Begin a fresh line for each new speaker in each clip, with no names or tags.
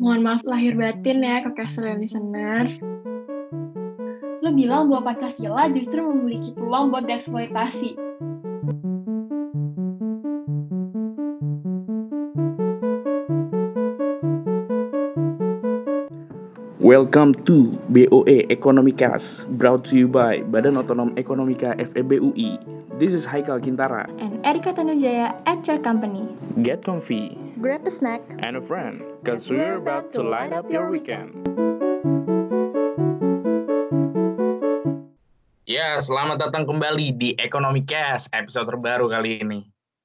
Mohon maaf lahir batin ya ke caster dan listeners. Lo bilang bahwa Pancasila justru memiliki peluang buat dieksploitasi.
Welcome to BOE Ekonomicast, brought to you by Badan Otonom Ekonomika FEB UI. This is Haikal Kintara
And Erika Tanujaya at your company.
Get comfy,
Grab a snack
and a friend, cause we're about to light up your weekend. Ya, selamat datang kembali di Ekonomicast, episode terbaru kali ini.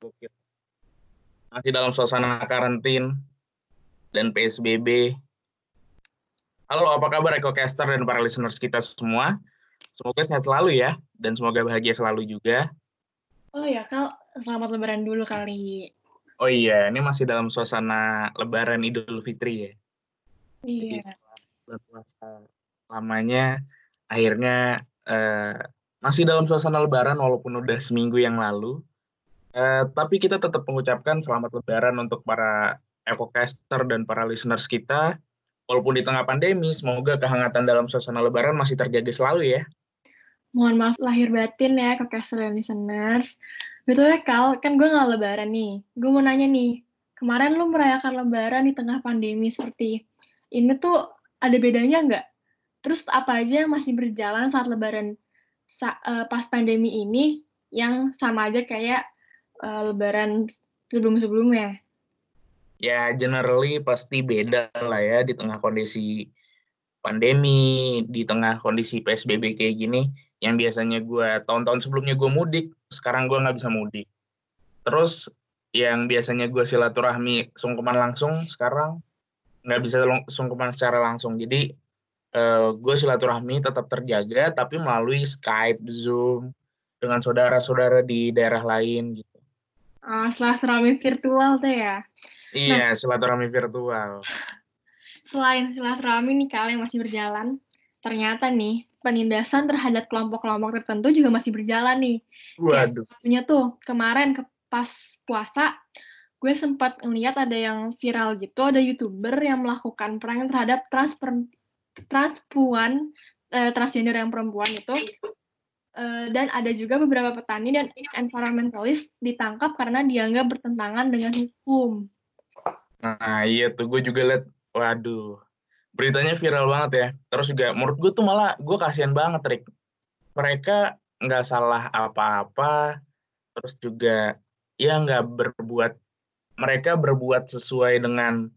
Masih dalam suasana karantin dan PSBB. Halo, apa kabar Ekocaster dan para listeners kita semua? Semoga sehat selalu ya, dan semoga bahagia selalu juga.
Oh ya, Kal, selamat lebaran dulu kali.
Oh iya, ini masih dalam suasana lebaran Idul Fitri ya.
Iya.
Jadi setelah puasa lamanya, akhirnya masih dalam suasana lebaran walaupun udah seminggu yang lalu. Tapi kita tetap mengucapkan selamat lebaran untuk para Ekocaster dan para listeners kita. Walaupun di tengah pandemi, semoga kehangatan dalam suasana lebaran masih terjaga selalu ya.
Mohon maaf lahir batin ya ke caster dan listeners. Betulnya Kal, kan gue gak lebaran nih. Gue mau nanya nih, kemarin lu merayakan lebaran di tengah pandemi seperti ini tuh ada bedanya nggak? Terus apa aja yang masih berjalan saat lebaran pas pandemi ini yang sama aja kayak lebaran sebelum-sebelumnya?
Ya, generally pasti beda lah ya di tengah kondisi pandemi, di tengah kondisi PSBB kayak gini. Yang biasanya gue tahun-tahun sebelumnya gue mudik, sekarang gue nggak bisa mudik. Terus yang biasanya gue silaturahmi sungkeman langsung, sekarang nggak bisa sungkeman secara langsung. Jadi gue silaturahmi tetap terjaga, tapi melalui Skype, Zoom, dengan saudara-saudara di daerah lain gitu.
Silaturahmi virtual tuh ya.
Iya, silaturahmi virtual.
Selain silaturahmi nih Kal yang masih berjalan, ternyata nih penindasan terhadap kelompok-kelompok tertentu juga masih berjalan nih.
Waduh.
Kayak tuh kemarin pas puasa, gue sempat ngeliat ada yang viral gitu, ada YouTuber yang melakukan prank terhadap transgender yang perempuan itu. Dan ada juga beberapa petani dan environmentalist ditangkap karena dianggap bertentangan dengan hukum.
Nah iya tuh, gue juga liat, waduh, beritanya viral banget ya. Terus juga menurut gue tuh malah gue kasihan banget, Rick. Mereka nggak salah apa-apa, terus juga ya nggak mereka berbuat sesuai dengan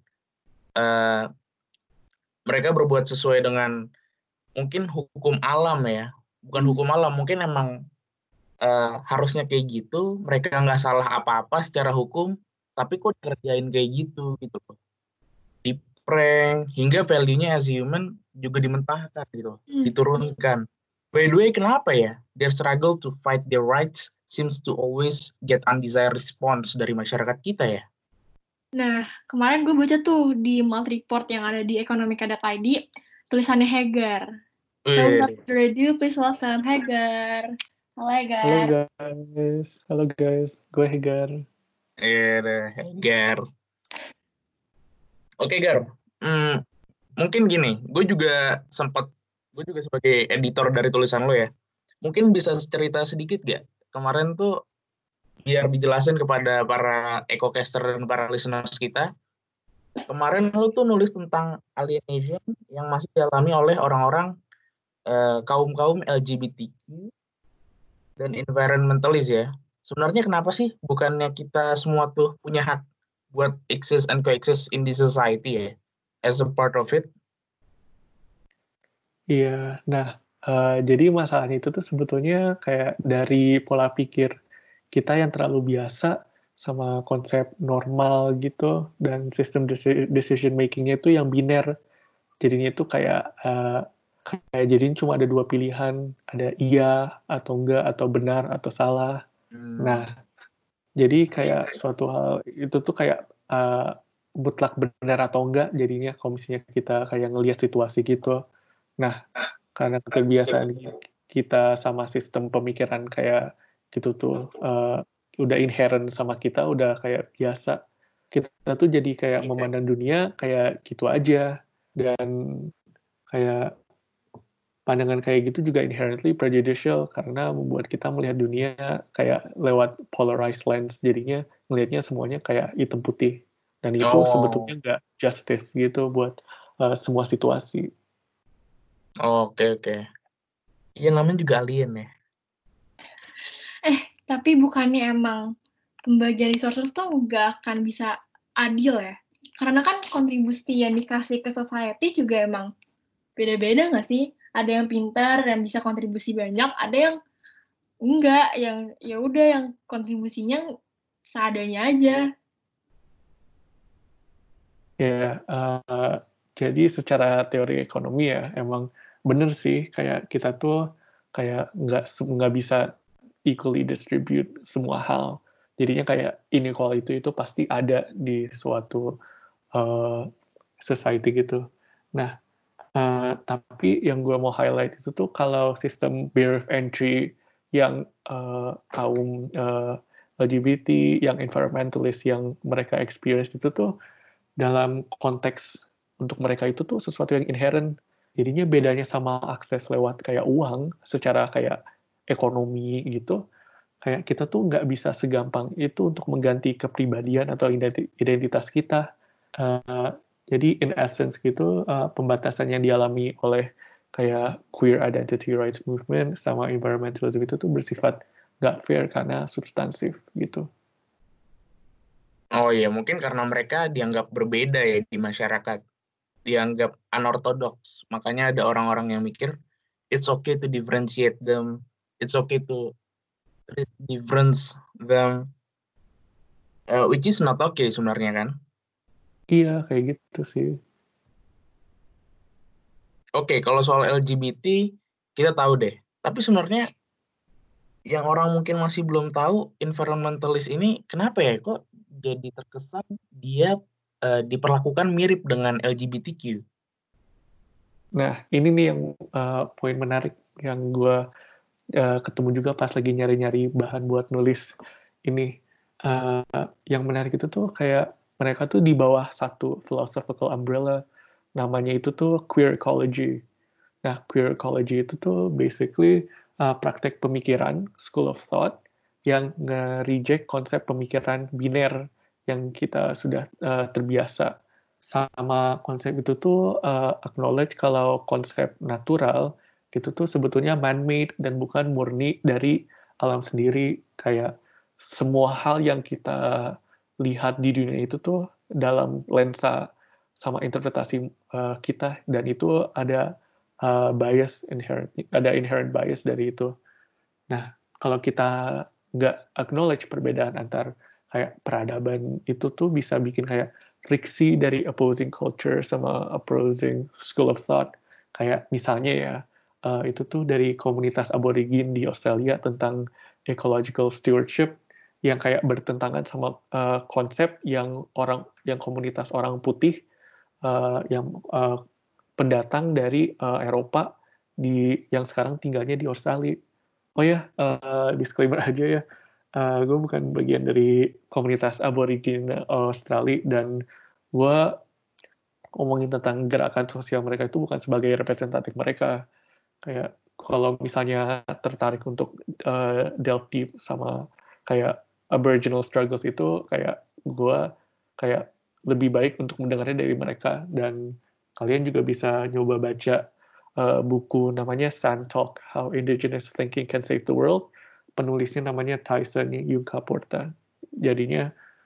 mungkin hukum alam ya. Bukan hukum alam, mungkin emang harusnya kayak gitu. Mereka nggak salah apa-apa secara hukum, tapi kok dikerjain kayak gitu loh. Di prank, hingga value-nya as human juga dimentahkan gitu, diturunkan. By the way, kenapa ya their struggle to fight their rights seems to always get undesired response dari masyarakat kita ya?
Nah, kemarin gue baca tuh di Multi Report yang ada di ekonomika.id, tulisannya Hegar. So, without further ado, please welcome Hegar. Halo Hegar.
Halo guys, gue Hegar.
Hegar. Oke, Gar. Mungkin gini, gue juga sebagai editor dari tulisan lo ya. Mungkin bisa cerita sedikit gak? Kemarin tuh biar dijelasin kepada para Ekocaster dan para listeners kita. Kemarin lo tuh nulis tentang alienation yang masih dialami oleh orang-orang kaum-kaum LGBTQ dan environmentalist ya. Sebenarnya kenapa sih bukannya kita semua tuh punya hak buat exist and coexist in this society ya, as a part of it?
Iya, nah jadi masalahnya itu tuh sebetulnya kayak dari pola pikir kita yang terlalu biasa sama konsep normal gitu, dan sistem decision making-nya itu yang biner. Jadinya itu kayak jadinya cuma ada dua pilihan, ada iya atau enggak, atau benar atau salah. Nah, jadi kayak suatu hal itu tuh kayak mutlak benar atau enggak jadinya kalau misalnya kita kayak ngelihat situasi gitu. Nah, karena keterbiasaan kita sama sistem pemikiran kayak gitu tuh udah inherent sama kita, udah kayak biasa. kita tuh jadi kayak memandang dunia kayak gitu aja, dan kayak pandangan kayak gitu juga inherently prejudicial karena membuat kita melihat dunia kayak lewat polarized lens, jadinya ngelihatnya semuanya kayak hitam putih, dan itu sebetulnya
Oh,
nggak justice gitu buat semua situasi.
oke oke. Iya namanya juga alien ya.
Tapi bukannya emang pembagian resources tuh nggak akan bisa adil ya? Karena kan kontribusi yang dikasih ke society juga emang beda-beda nggak sih? Ada yang pintar dan bisa kontribusi banyak, ada yang enggak, yang ya udah yang kontribusinya seadanya aja.
Ya, jadi secara teori ekonomi ya, emang bener sih, kayak kita tuh kayak nggak bisa equally distribute semua hal. Jadinya kayak inequality itu pasti ada di suatu uh, society gitu. Nah, tapi yang gue mau highlight itu tuh kalau sistem barrier of entry yang kaum LGBT, yang environmentalist, yang mereka experience itu tuh dalam konteks untuk mereka itu tuh sesuatu yang inherent. Jadinya bedanya sama akses lewat kayak uang secara kayak ekonomi gitu, kayak kita tuh nggak bisa segampang itu untuk mengganti kepribadian atau identitas kita. Uh, jadi in essence gitu, pembatasan yang dialami oleh kayak queer identity rights movement sama environmentalism itu tuh bersifat nggak fair karena substansif gitu.
Oh iya, mungkin karena mereka dianggap berbeda ya di masyarakat, dianggap unorthodox. Makanya ada orang-orang yang mikir, it's okay to differentiate them, it's okay to difference them, which is not okay sebenarnya kan.
Iya, kayak gitu sih.
Oke, kalau soal LGBT, kita tahu deh. Tapi sebenarnya yang orang mungkin masih belum tahu, environmentalist ini kenapa ya kok jadi terkesan dia diperlakukan mirip dengan LGBTQ.
Nah, ini nih yang poin menarik yang gue ketemu juga pas lagi nyari-nyari bahan buat nulis ini. Yang menarik itu tuh kayak mereka tuh di bawah satu philosophical umbrella, namanya itu tuh queer ecology. Nah, queer ecology itu tuh basically praktek pemikiran, school of thought, yang nge-reject konsep pemikiran biner yang kita sudah terbiasa. Sama konsep itu tuh acknowledge kalau konsep natural itu tuh sebetulnya man-made dan bukan murni dari alam sendiri. Kayak semua hal yang kita lihat di dunia itu tuh dalam lensa sama interpretasi kita, dan itu ada bias inherent, ada inherent bias dari itu. Nah, kalau kita nggak acknowledge perbedaan antar kayak peradaban, itu tuh bisa bikin kayak friksi dari opposing culture sama opposing school of thought. Kayak misalnya ya, itu tuh dari komunitas aborigin di Australia tentang ecological stewardship yang kayak bertentangan sama konsep yang komunitas orang putih yang pendatang dari Eropa yang sekarang tinggalnya di Australia. Oh ya, disclaimer aja ya, gue bukan bagian dari komunitas aborigin Australia, dan gue ngomongin tentang gerakan sosial mereka itu bukan sebagai representatif mereka. Kayak kalau misalnya tertarik untuk delve deep sama kayak Aboriginal struggles itu, kayak gue kayak lebih baik untuk mendengarnya dari mereka, dan kalian juga bisa nyoba baca buku namanya Sand Talk, How Indigenous Thinking Can Save the World. Penulisnya namanya Tyson Yunkaporta. Jadinya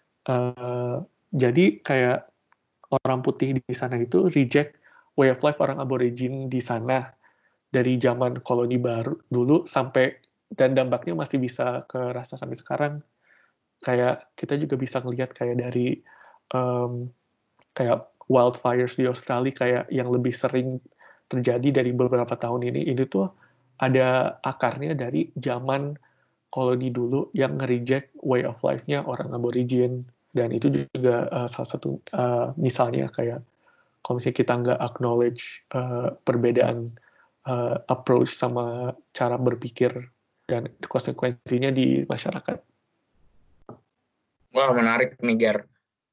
uh, jadi kayak orang putih di sana itu reject way of life orang aborigin di sana dari zaman koloni baru dulu sampai, dan dampaknya masih bisa kerasa sampai sekarang. Kayak kita juga bisa ngelihat kayak dari um, kayak wildfires di Australia kayak yang lebih sering terjadi dari beberapa tahun ini tuh ada akarnya dari zaman koloni dulu yang nge-reject way of life-nya orang aborigin. Dan itu juga salah satu misalnya kayak kalau misalnya kita nggak acknowledge perbedaan approach sama cara berpikir dan konsekuensinya di masyarakat.
Wah, menarik nih, Gar.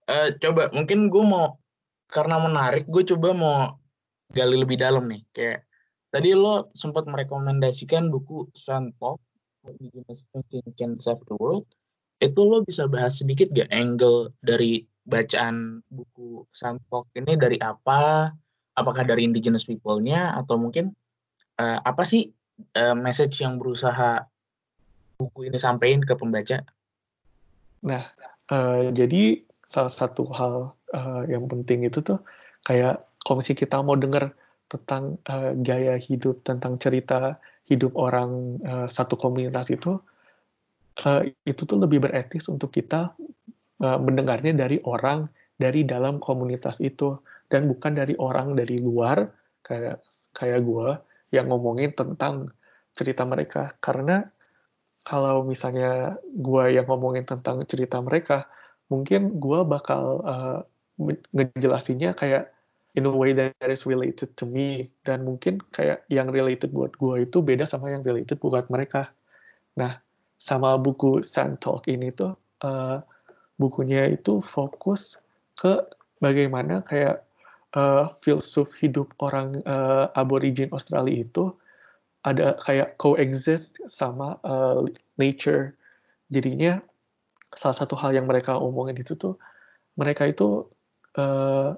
Coba mungkin gue mau, karena menarik, gue coba mau gali lebih dalam nih. Kayak tadi lo sempat merekomendasikan buku Sandpok, Indigenous Thinking Can Save the World. Itu lo bisa bahas sedikit gak angle dari bacaan buku Sandpok ini dari apa? Apakah dari indigenous people-nya atau mungkin apa sih message yang berusaha buku ini sampaikan ke pembaca?
Nah, jadi salah satu hal yang penting itu tuh kayak kalau misalnya kita mau dengar tentang gaya hidup, tentang cerita hidup orang satu komunitas itu tuh lebih beretis untuk kita mendengarnya dari orang dari dalam komunitas itu dan bukan dari orang dari luar kayak kayak gue yang ngomongin tentang cerita mereka. Karena kalau misalnya gue yang ngomongin tentang cerita mereka, mungkin gue bakal ngejelasinnya kayak in a way that is related to me, dan mungkin kayak yang related buat gue itu beda sama yang related buat mereka. Nah, sama buku Sand Talk ini tuh, bukunya itu fokus ke bagaimana kayak filsuf hidup orang aborigin Australia itu ada kayak coexist sama nature. Jadinya salah satu hal yang mereka omongin itu tuh mereka itu uh,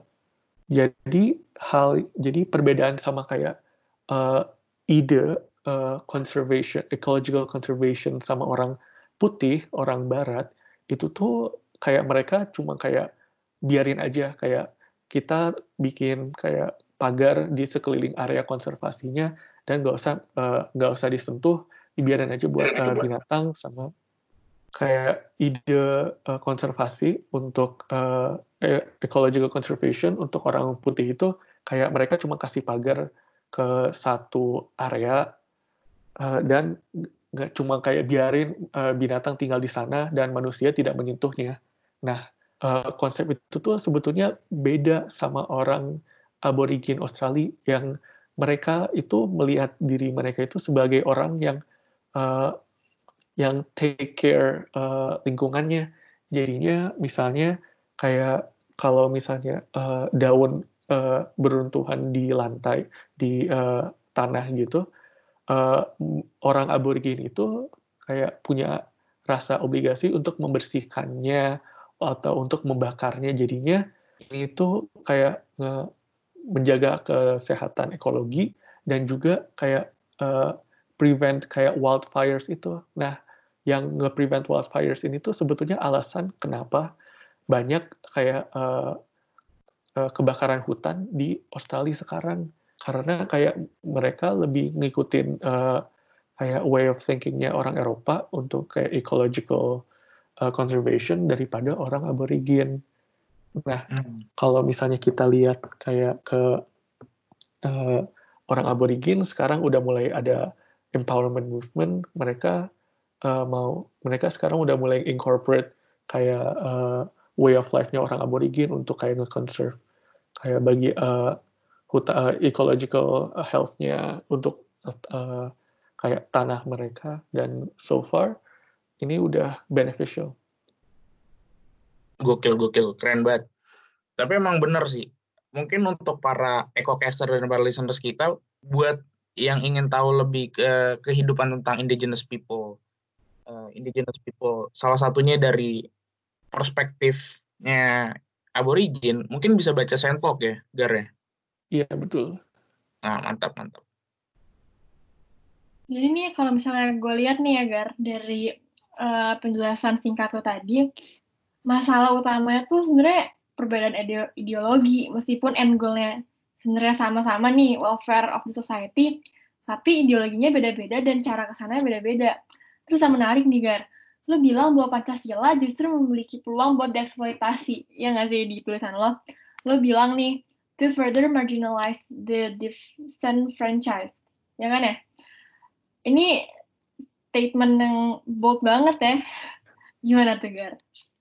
jadi perbedaan sama kayak ide conservation, ecological conservation sama orang putih, orang barat, itu tuh kayak mereka cuma kayak biarin aja, kayak kita bikin kayak pagar di sekeliling area konservasinya dan nggak usah disentuh, dibiarin aja buat binatang sama kayak ide konservasi untuk ecological conservation untuk orang putih itu kayak mereka cuma kasih pagar ke satu area dan nggak cuma kayak biarin binatang tinggal di sana dan manusia tidak menyentuhnya. Nah, konsep itu tuh sebetulnya beda sama orang aborigin Australia yang mereka itu melihat diri mereka itu sebagai orang yang take care lingkungannya. Jadinya misalnya kayak kalau misalnya daun beruntuhan di lantai di tanah gitu, orang aborigin itu kayak punya rasa obligasi untuk membersihkannya atau untuk membakarnya. Jadinya itu kayak menjaga kesehatan ekologi dan juga kayak prevent kayak wildfires itu. Nah, yang nge-prevent wildfires ini tuh sebetulnya alasan kenapa banyak kayak kebakaran hutan di Australia sekarang. Karena kayak mereka lebih ngikutin kayak way of thinking-nya orang Eropa untuk kayak ecological conservation daripada orang aborigin. Nah, kalau misalnya kita lihat kayak ke orang aborigin sekarang udah mulai ada empowerment movement, mereka mereka sekarang udah mulai incorporate kayak way of life-nya orang aborigin untuk kayak nge-conserve kayak bagi ecological health-nya untuk kayak tanah mereka, dan so far ini udah beneficial.
Gokil, keren banget. Tapi emang bener sih, mungkin untuk para ecocaster dan para listeners kita, buat yang ingin tahu lebih ke kehidupan tentang indigenous people, salah satunya dari perspektifnya aborigin, mungkin bisa baca Sandpok ya, Gar ya?
Iya, betul.
Nah, mantap.
Jadi nih kalau misalnya gue lihat nih ya Gar, dari penjelasan singkat lo tadi, masalah utamanya tuh sebenarnya perbedaan ideologi, meskipun end goal-nya sebenarnya sama-sama nih, welfare of the society, tapi ideologinya beda-beda dan cara kesananya beda-beda. Terus yang menarik nih Gar, lo bilang bahwa Pancasila justru memiliki peluang buat dieksploitasi, ya nggak sih di tulisan lo? Lo bilang nih, to further marginalize the disenfranchised, ya kan ya? Ini statement yang bold banget ya. Gimana tuh, Gar?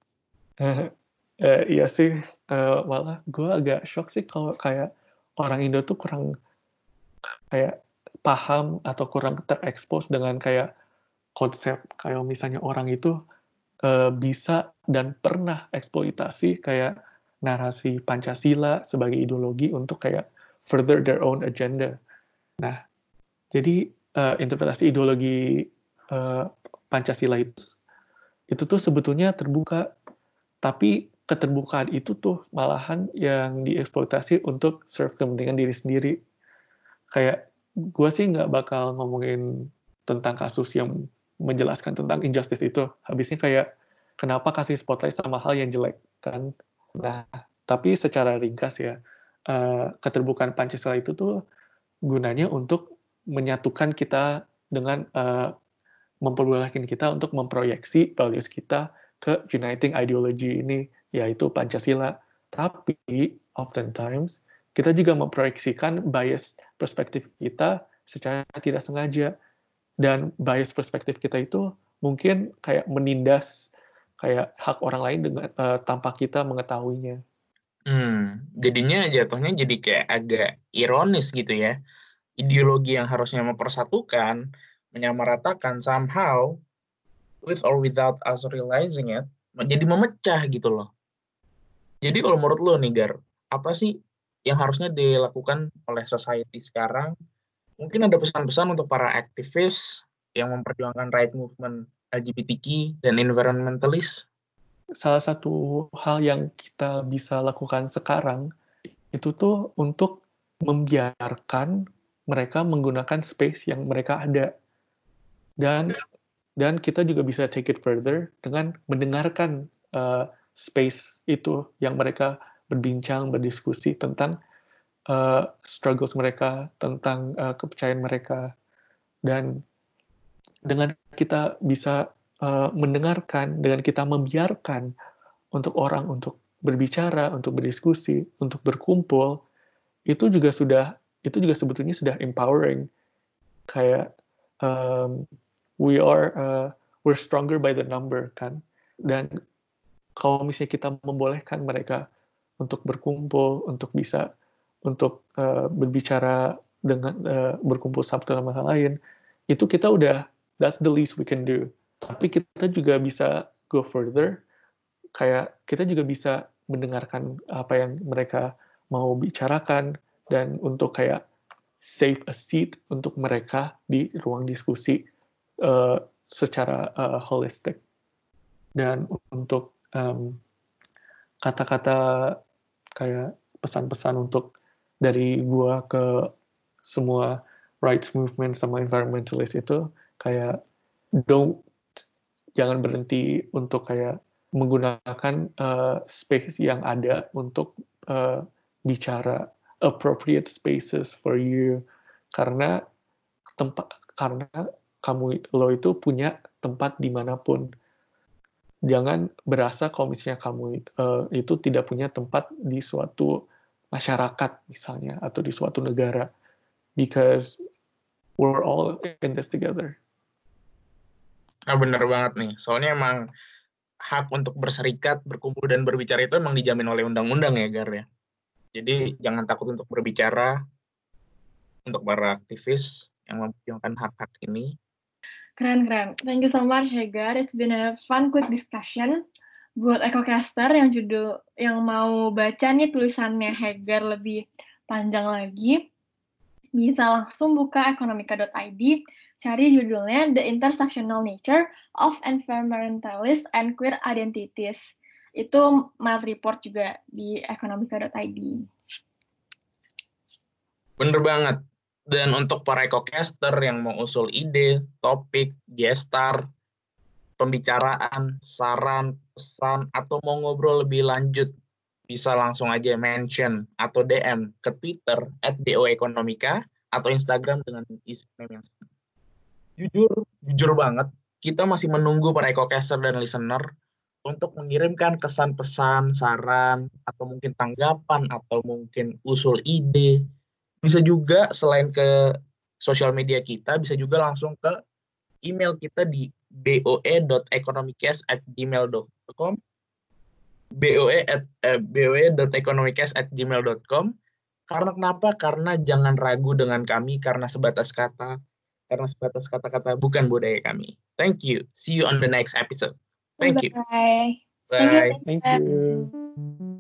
Iya sih, malah gue agak shock sih kalau kayak orang Indo tuh kurang kayak paham atau kurang terekspos dengan kayak konsep kayak misalnya orang itu bisa dan pernah eksploitasi kayak narasi Pancasila sebagai ideologi untuk kayak further their own agenda. Nah, jadi interpretasi ideologi Pancasila itu tuh sebetulnya terbuka, tapi keterbukaan itu tuh malahan yang dieksploitasi untuk serve kepentingan diri sendiri. Kayak gue sih nggak bakal ngomongin tentang kasus yang menjelaskan tentang injustice itu. Habisnya kayak kenapa kasih spotlight sama hal yang jelek kan. Nah, tapi secara ringkas ya, keterbukaan Pancasila itu tuh gunanya untuk menyatukan kita dengan memperbolehkan kita untuk memproyeksi values kita ke uniting ideology ini, yaitu Pancasila. Tapi, oftentimes, kita juga memproyeksikan bias perspektif kita secara tidak sengaja. Dan bias perspektif kita itu mungkin kayak menindas kayak hak orang lain dengan tanpa kita mengetahuinya.
Jadinya jatuhnya jadi kayak agak ironis gitu ya. Ideologi yang harusnya mempersatukan, menyamaratakan somehow, with or without us realizing it, jadi memecah gitu loh. Jadi kalau menurut lo nih Gar, apa sih yang harusnya dilakukan oleh society sekarang? Mungkin ada pesan-pesan untuk para aktivis yang memperjuangkan right movement LGBTQ dan environmentalist?
Salah satu hal yang kita bisa lakukan sekarang itu tuh untuk membiarkan mereka menggunakan space yang mereka ada. Dan kita juga bisa take it further dengan mendengarkan space itu yang mereka berbincang, berdiskusi tentang struggles mereka, tentang kepercayaan mereka. Dan dengan kita bisa mendengarkan, dengan kita membiarkan untuk orang untuk berbicara, untuk berdiskusi, untuk berkumpul, itu juga sebetulnya sudah empowering. Kayak we're stronger by the number kan. Dan kalau misalnya kita membolehkan mereka untuk berkumpul, untuk bisa untuk berbicara dengan berkumpul satu sama lain, itu kita udah that's the least we can do. Tapi kita juga bisa go further, kayak kita juga bisa mendengarkan apa yang mereka mau bicarakan dan untuk kayak save a seat untuk mereka di ruang diskusi secara holistic. Dan untuk kata-kata kayak pesan-pesan untuk dari gua ke semua rights movement sama environmentalist itu kayak jangan berhenti untuk kayak menggunakan space yang ada untuk bicara, appropriate spaces for you, karena lo itu punya tempat dimanapun. Jangan berasa kalau misalnya kamu itu tidak punya tempat di suatu masyarakat misalnya atau di suatu negara, because we're all in this together.
Bener banget nih, soalnya emang hak untuk berserikat, berkumpul, dan berbicara itu emang dijamin oleh undang-undang ya Gar ya. Jadi jangan takut untuk berbicara untuk para aktivis yang memperjuangkan hak-hak ini.
Keren. Thank you so much, Hegar. It's been a fun, quick discussion. Buat EcoCaster yang mau baca nih tulisannya Hegar lebih panjang lagi, bisa langsung buka ekonomika.id, cari judulnya The Intersectional Nature of Environmentalist and Queer Identities. Itu Math Report juga di ekonomika.id.
Bener banget. Dan untuk para EcoCaster yang mau usul ide, topik, gestar, pembicaraan, saran, pesan, atau mau ngobrol lebih lanjut, bisa langsung aja mention atau DM ke Twitter @boekonomika atau Instagram dengan username yang sama. Jujur banget, kita masih menunggu para EcoCaster dan listener untuk mengirimkan kesan pesan, saran, atau mungkin tanggapan, atau mungkin usul ide. Bisa juga selain ke sosial media kita, bisa juga langsung ke email kita di boe.economicast@gmail.com boe.economicast@gmail.com. Karena kenapa? Karena jangan ragu dengan kami, karena sebatas kata-kata bukan budaya kami. Thank you. See you on the next episode. Thank you.
Bye. Thank you.
Bye.
Thank you.